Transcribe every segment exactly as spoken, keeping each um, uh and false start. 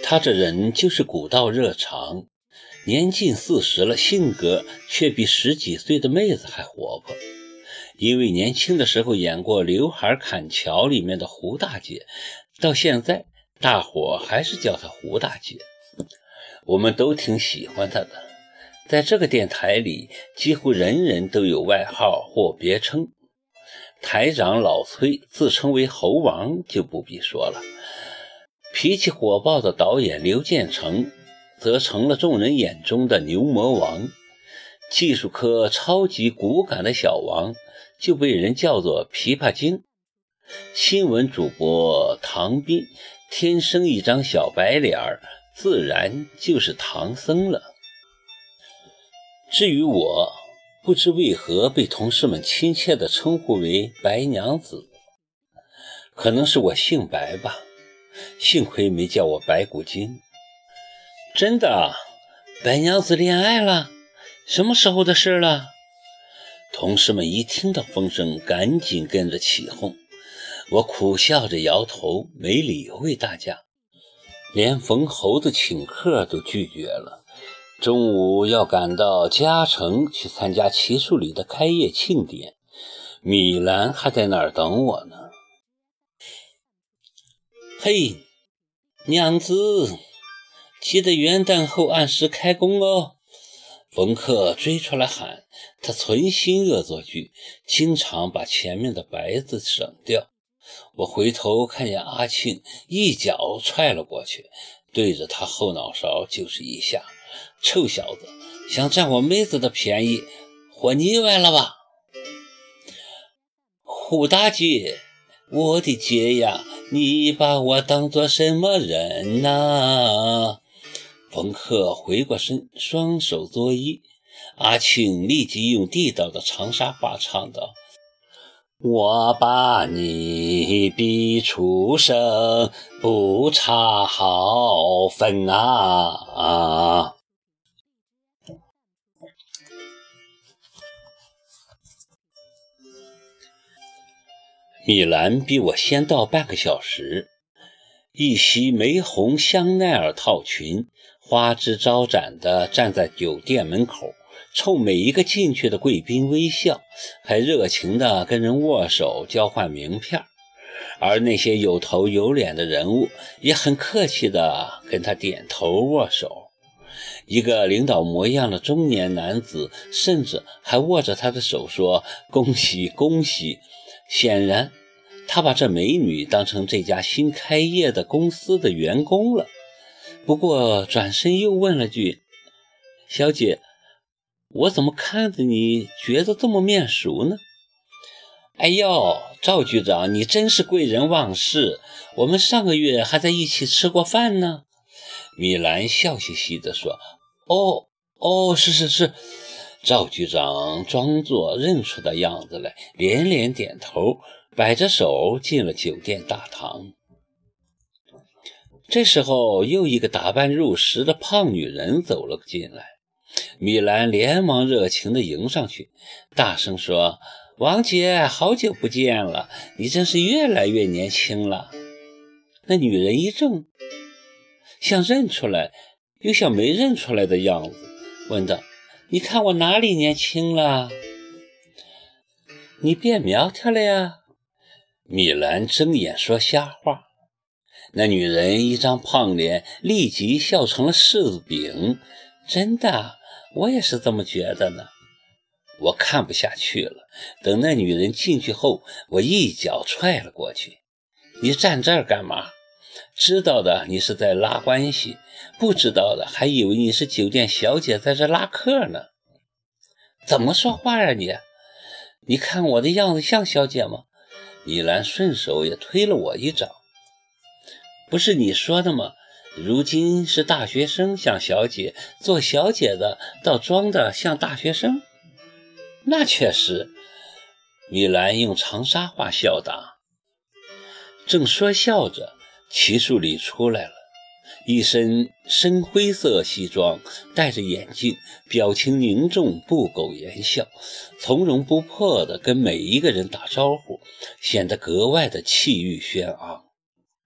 他这人就是古道热肠，年近四十了，性格却比十几岁的妹子还活泼。因为年轻的时候演过《刘海砍桥》里面的胡大姐，到现在大伙还是叫她胡大姐。我们都挺喜欢她的，在这个电台里几乎人人都有外号或别称。台长老崔自称为猴王就不必说了，脾气火爆的导演刘建成则成了众人眼中的牛魔王，技术科超级骨感的小王就被人叫做琵琶精，新闻主播唐斌天生一张小白脸，自然就是唐僧了。至于我，不知为何被同事们亲切地称呼为白娘子，可能是我姓白吧，幸亏没叫我白骨精。真的，白娘子恋爱了？什么时候的事了？同事们一听到风声，赶紧跟着起哄。我苦笑着摇头，没理会大家，连冯猴子请客都拒绝了。中午要赶到嘉诚去参加奇树里的开业庆典，米兰还在那儿等我呢。嘿，娘子，记得元旦后按时开工哦。冯克追出来喊，他存心恶作剧，经常把前面的白字省掉。我回头看见阿庆一脚踹了过去，对着他后脑勺就是一下。臭小子，想占我妹子的便宜，活腻歪了吧？胡大姐，我的姐呀，你把我当作什么人啊？冯克回过身，双手作揖。阿庆立即用地道的长沙话唱道：我把你比畜生，不差毫分啊！米兰比我先到半个小时，一袭玫红香奈儿套裙，花枝招展地站在酒店门口，冲每一个进去的贵宾微笑，还热情地跟人握手交换名片。而那些有头有脸的人物也很客气地跟他点头握手。一个领导模样的中年男子甚至还握着他的手说恭喜恭喜，显然他把这美女当成这家新开业的公司的员工了。不过转身又问了句：小姐，我怎么看着你觉得这么面熟呢？哎呦，赵局长，你真是贵人忘事，我们上个月还在一起吃过饭呢。米兰笑嘻嘻地说：哦哦，是是是。赵局长装作认出的样子来，连连点头，摆着手进了酒店大堂。这时候又一个打扮入时的胖女人走了进来，米兰连忙热情地迎上去，大声说：王姐，好久不见了，你真是越来越年轻了。那女人一怔，像认出来又像没认出来的样子，问道：你看我哪里年轻了？你变苗条了呀？米兰睁眼说瞎话。那女人一张胖脸立即笑成了柿子饼。真的，我也是这么觉得呢。我看不下去了，等那女人进去后，我一脚踹了过去。你站这儿干嘛？知道的你是在拉关系，不知道的还以为你是酒店小姐在这拉客呢。怎么说话啊你？你看我的样子像小姐吗？米兰顺手也推了我一掌。不是你说的吗？如今是大学生像小姐，做小姐的倒装的像大学生。那确实，米兰用长沙话笑答。正说笑着，齐树礼出来了，一身深灰色西装，戴着眼镜，表情凝重，不苟言笑，从容不迫地跟每一个人打招呼，显得格外的气宇轩昂。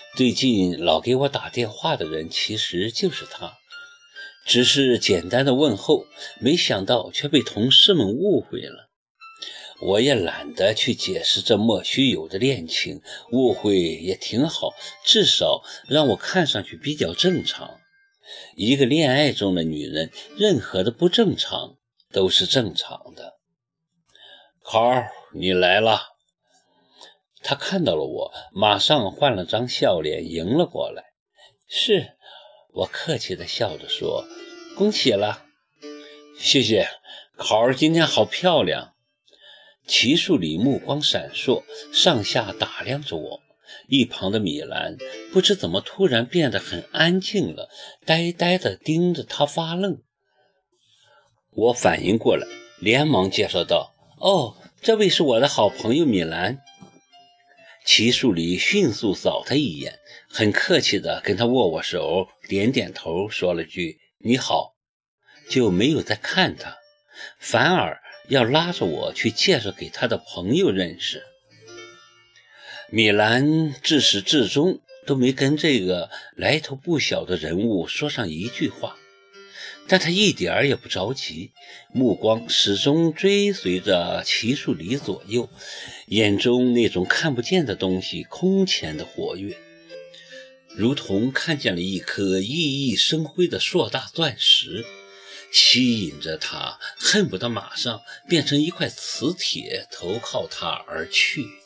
最近老给我打电话的人其实就是他，只是简单的问候，没想到却被同事们误会了。我也懒得去解释这莫须有的恋情，误会也挺好，至少让我看上去比较正常。一个恋爱中的女人，任何的不正常都是正常的。考儿，你来了。他看到了我，马上换了张笑脸迎了过来。是，我客气地笑着说，恭喜了。谢谢，考儿今天好漂亮。齐树礼目光闪烁，上下打量着我。一旁的米兰不知怎么突然变得很安静了，呆呆地盯着他发愣。我反应过来，连忙介绍道，哦，这位是我的好朋友米兰。齐树礼迅速扫他一眼，很客气地跟他握握手，点点头，说了句你好，就没有再看他，反而要拉着我去介绍给他的朋友认识。米兰自始至终都没跟这个来头不小的人物说上一句话，但他一点儿也不着急，目光始终追随着齐树礼左右，眼中那种看不见的东西空前的活跃，如同看见了一颗熠熠生辉的硕大钻石，吸引着他，恨不得马上变成一块磁铁投靠他而去。